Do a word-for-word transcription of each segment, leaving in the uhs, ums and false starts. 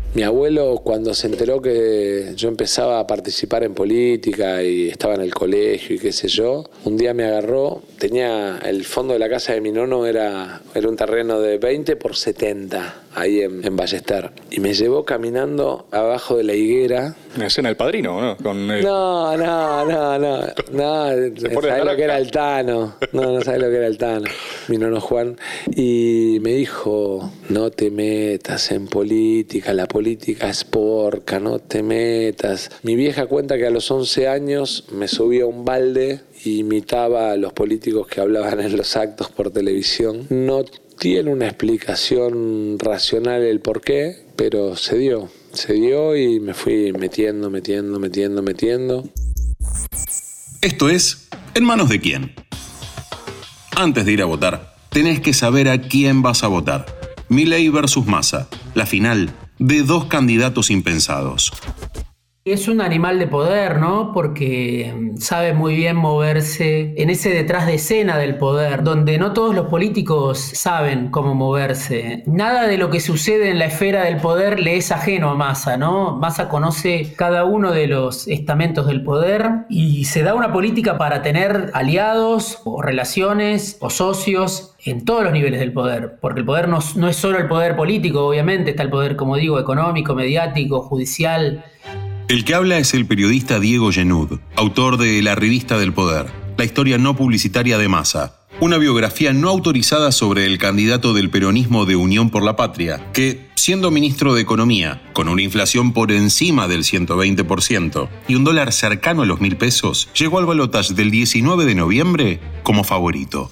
Mi abuelo, cuando se enteró que yo empezaba a participar en política y estaba en el colegio y qué sé yo, un día me agarró, tenía el fondo de la casa de mi nono, era, era un terreno de veinte por setenta, ahí en, en Ballester, y me llevó caminando abajo de la higuera. Una escena del Padrino, ¿no? Con el... No, no, no, no, no, ¿sabés lo que era el Tano? No, no sabés lo que era el Tano, mi nono Juan. Y me dijo, no te metas en política, la política es porca, no te metas. Mi vieja cuenta que a los once años me subí a un balde y imitaba a los políticos que hablaban en los actos por televisión. No tiene una explicación racional el por qué, pero se dio. Se dio y me fui metiendo, metiendo, metiendo, metiendo. Esto es ¿En manos de quién? Antes de ir a votar, tenés que saber a quién vas a votar. Milei versus Massa, la final de dos candidatos impensados. Es un animal de poder, ¿no? Porque sabe muy bien moverse en ese detrás de escena del poder, donde no todos los políticos saben cómo moverse. Nada de lo que sucede en la esfera del poder le es ajeno a Massa, ¿no? Massa conoce cada uno de los estamentos del poder y se da una política para tener aliados o relaciones o socios en todos los niveles del poder, porque el poder no, no es solo el poder político, obviamente, está el poder, como digo, económico, mediático, judicial. El que habla es el periodista Diego Genud, autor de La Revista del Poder, la historia no publicitaria de Massa, una biografía no autorizada sobre el candidato del peronismo de Unión por la Patria, que, siendo ministro de Economía, con una inflación por encima del ciento veinte por ciento y un dólar cercano a los mil pesos, llegó al balotaje del diecinueve de noviembre como favorito.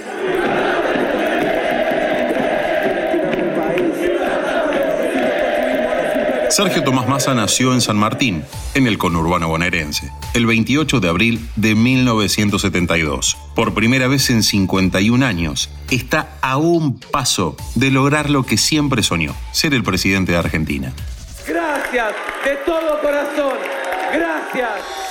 Sergio Tomás Massa nació en San Martín, en el conurbano bonaerense, el veintiocho de abril de mil novecientos setenta y dos. Por primera vez en cincuenta y un años, está a un paso de lograr lo que siempre soñó, ser el presidente de Argentina. Gracias, de todo corazón, gracias.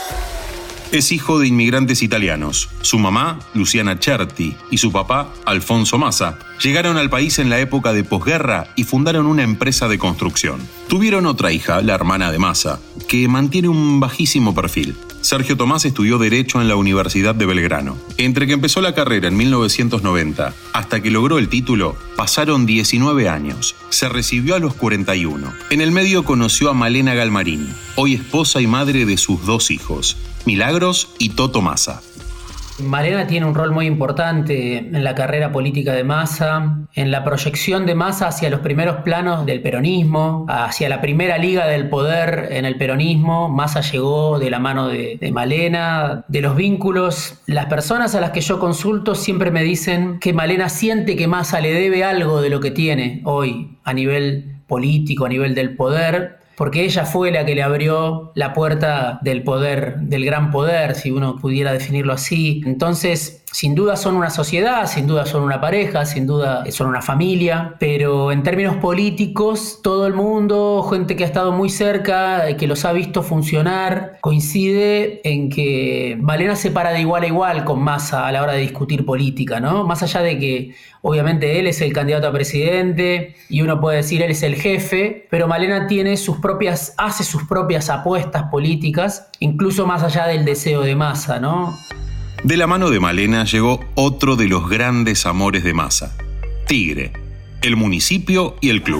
Es hijo de inmigrantes italianos. Su mamá, Luciana Certi, y su papá, Alfonso Massa, llegaron al país en la época de posguerra y fundaron una empresa de construcción. Tuvieron otra hija, la hermana de Massa, que mantiene un bajísimo perfil. Sergio Tomás estudió Derecho en la Universidad de Belgrano. Entre que empezó la carrera en mil novecientos noventa hasta que logró el título, pasaron diecinueve años. Se recibió a los cuarenta y uno. En el medio conoció a Malena Galmarini, hoy esposa y madre de sus dos hijos, Milagros y Toto Massa. Malena tiene un rol muy importante en la carrera política de Massa, en la proyección de Massa hacia los primeros planos del peronismo, hacia la primera liga del poder en el peronismo. Massa llegó de la mano de, de Malena, de los vínculos. Las personas a las que yo consulto siempre me dicen que Malena siente que Massa le debe algo de lo que tiene hoy a nivel político, a nivel del poder, porque ella fue la que le abrió la puerta del poder, del gran poder, si uno pudiera definirlo así. Entonces, sin duda son una sociedad, sin duda son una pareja, sin duda son una familia, pero en términos políticos, todo el mundo, gente que ha estado muy cerca, que los ha visto funcionar, coincide en que Malena se para de igual a igual con Massa a la hora de discutir política, ¿no? Más allá de que obviamente él es el candidato a presidente y uno puede decir él es el jefe, pero Malena tiene sus propias, hace sus propias apuestas políticas, incluso más allá del deseo de Massa, ¿no? De la mano de Malena llegó otro de los grandes amores de Massa, Tigre, el municipio y el club.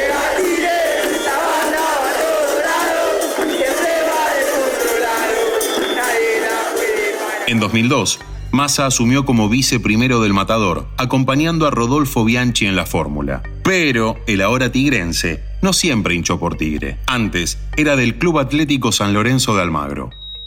En dos mil dos, Massa asumió como viceprimero del Matador, acompañando a Rodolfo Bianchi en la fórmula. Pero el ahora tigrense no siempre hinchó por Tigre. Antes era del Club Atlético San Lorenzo de Almagro.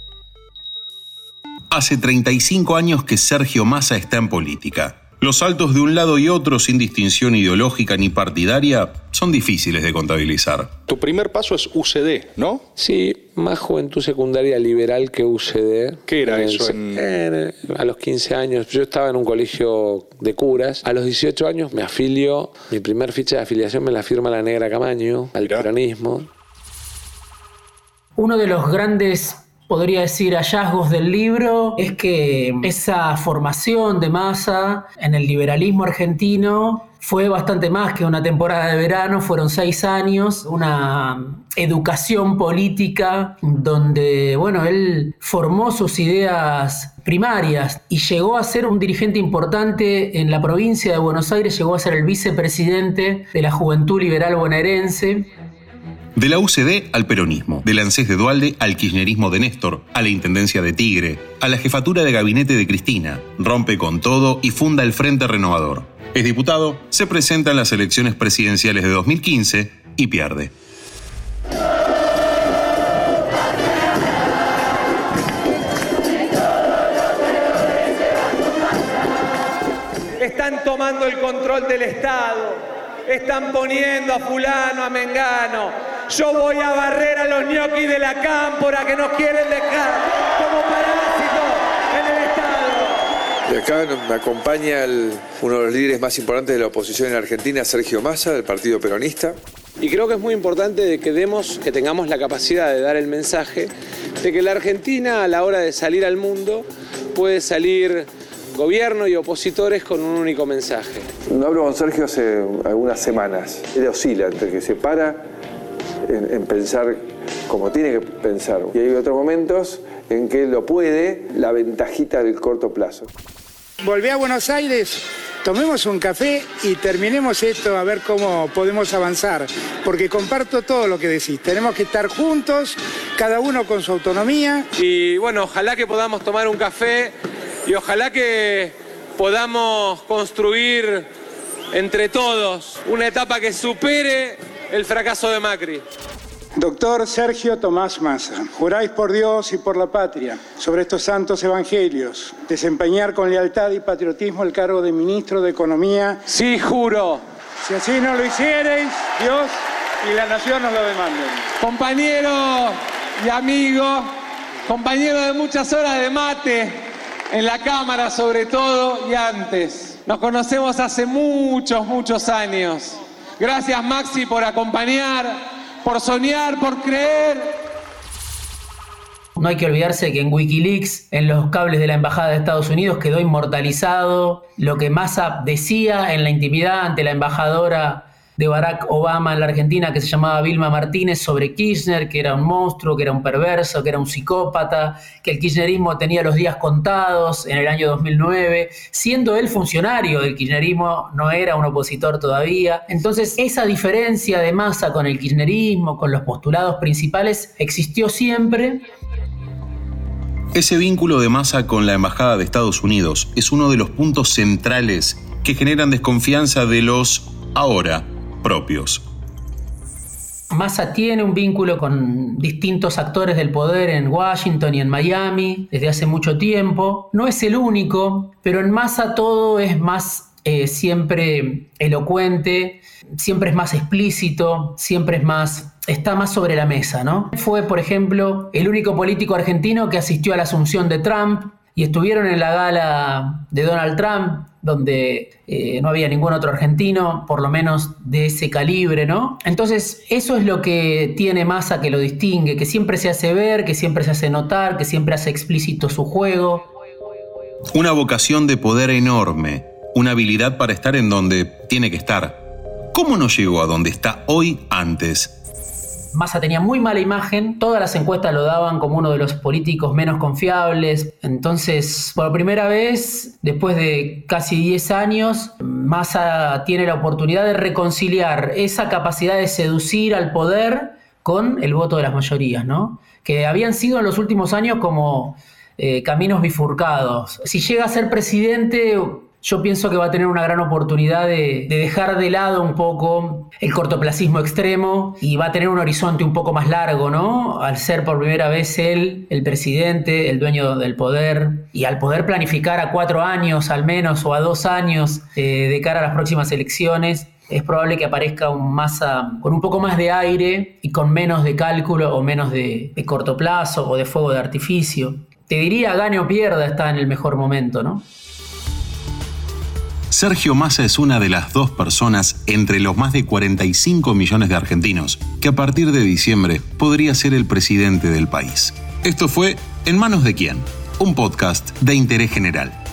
Hace treinta y cinco años que Sergio Massa está en política. Los saltos de un lado y otro, sin distinción ideológica ni partidaria, son difíciles de contabilizar. Tu primer paso es U C D, ¿no? Sí, más juventud secundaria liberal que U C D. ¿Qué era en eso? El, en... A los quince años, yo estaba en un colegio de curas. A los dieciocho años me afilio, mi primer ficha de afiliación me la firma la Negra Camaño, al Mirá. peronismo. Uno de los grandes, podría decir, hallazgos del libro es que esa formación de Massa en el liberalismo argentino fue bastante más que una temporada de verano, fueron seis años, una educación política donde, bueno, él formó sus ideas primarias y llegó a ser un dirigente importante en la provincia de Buenos Aires, llegó a ser el vicepresidente de la Juventud Liberal Bonaerense. De la U C D al peronismo, del ANSES de Duhalde al kirchnerismo de Néstor, a la intendencia de Tigre, a la jefatura de gabinete de Cristina, rompe con todo y funda el Frente Renovador. Es diputado, se presenta en las elecciones presidenciales de dos mil quince y pierde. Están tomando el control del Estado, están poniendo a fulano, a mengano. Yo voy a barrer a los ñoquis de la cámpora que nos quieren dejar como parásitos en el Estado. Y acá me acompaña el, uno de los líderes más importantes de la oposición en Argentina, Sergio Massa, del Partido Peronista. Y creo que es muy importante de que demos, que tengamos la capacidad de dar el mensaje de que la Argentina, a la hora de salir al mundo, puede salir gobierno y opositores con un único mensaje. No hablo con Sergio hace algunas semanas. Él oscila entre que se para en, en pensar como tiene que pensar. Y hay otros momentos en que lo puede, la ventajita del corto plazo. Volví a Buenos Aires, tomemos un café y terminemos esto a ver cómo podemos avanzar. Porque comparto todo lo que decís. Tenemos que estar juntos, cada uno con su autonomía. Y bueno, ojalá que podamos tomar un café y ojalá que podamos construir entre todos una etapa que supere el fracaso de Macri. Doctor Sergio Tomás Massa, juráis por Dios y por la patria, sobre estos santos evangelios, desempeñar con lealtad y patriotismo el cargo de ministro de Economía. Sí, juro. Si así no lo hicierais, Dios y la nación nos lo demanden. Compañero y amigo, compañero de muchas horas de mate, en la Cámara sobre todo y antes. Nos conocemos hace muchos, muchos años. Gracias, Maxi, por acompañar, por soñar, por creer. No hay que olvidarse que en Wikileaks, en los cables de la Embajada de Estados Unidos, quedó inmortalizado lo que Massa decía en la intimidad ante la embajadora de Barack Obama en la Argentina, que se llamaba Vilma Martínez, sobre Kirchner, que era un monstruo, que era un perverso, que era un psicópata, que el kirchnerismo tenía los días contados en el año dos mil nueve, siendo él funcionario del kirchnerismo, no era un opositor todavía. Entonces, esa diferencia de Massa con el kirchnerismo, con los postulados principales, existió siempre. Ese vínculo de Massa con la Embajada de Estados Unidos es uno de los puntos centrales que generan desconfianza de los, ahora, propios. Massa tiene un vínculo con distintos actores del poder en Washington y en Miami desde hace mucho tiempo. No es el único, pero en Massa todo es más eh, siempre elocuente, siempre es más explícito, siempre es más, está más sobre la mesa, ¿no? Fue, por ejemplo, el único político argentino que asistió a la asunción de Trump y estuvieron en la gala de Donald Trump, donde eh, no había ningún otro argentino, por lo menos de ese calibre, ¿no? Entonces, eso es lo que tiene Massa que lo distingue, que siempre se hace ver, que siempre se hace notar, que siempre hace explícito su juego. Una vocación de poder enorme, una habilidad para estar en donde tiene que estar. ¿Cómo no llegó a donde está hoy antes? Massa tenía muy mala imagen, todas las encuestas lo daban como uno de los políticos menos confiables. Entonces, por primera vez, después de casi diez años, Massa tiene la oportunidad de reconciliar esa capacidad de seducir al poder con el voto de las mayorías, ¿no? Que habían sido en los últimos años como eh, caminos bifurcados. Si llega a ser presidente, yo pienso que va a tener una gran oportunidad de, de dejar de lado un poco el cortoplacismo extremo y va a tener un horizonte un poco más largo, ¿no? Al ser por primera vez él, el presidente, el dueño del poder, y al poder planificar a cuatro años al menos o a dos años eh, de cara a las próximas elecciones, es probable que aparezca un Massa con un poco más de aire y con menos de cálculo o menos de, de corto plazo o de fuego de artificio. Te diría, gane o pierda, está en el mejor momento, ¿no? Sergio Massa es una de las dos personas entre los más de cuarenta y cinco millones de argentinos que a partir de diciembre podría ser el presidente del país. Esto fue En manos de quién, un podcast de interés general.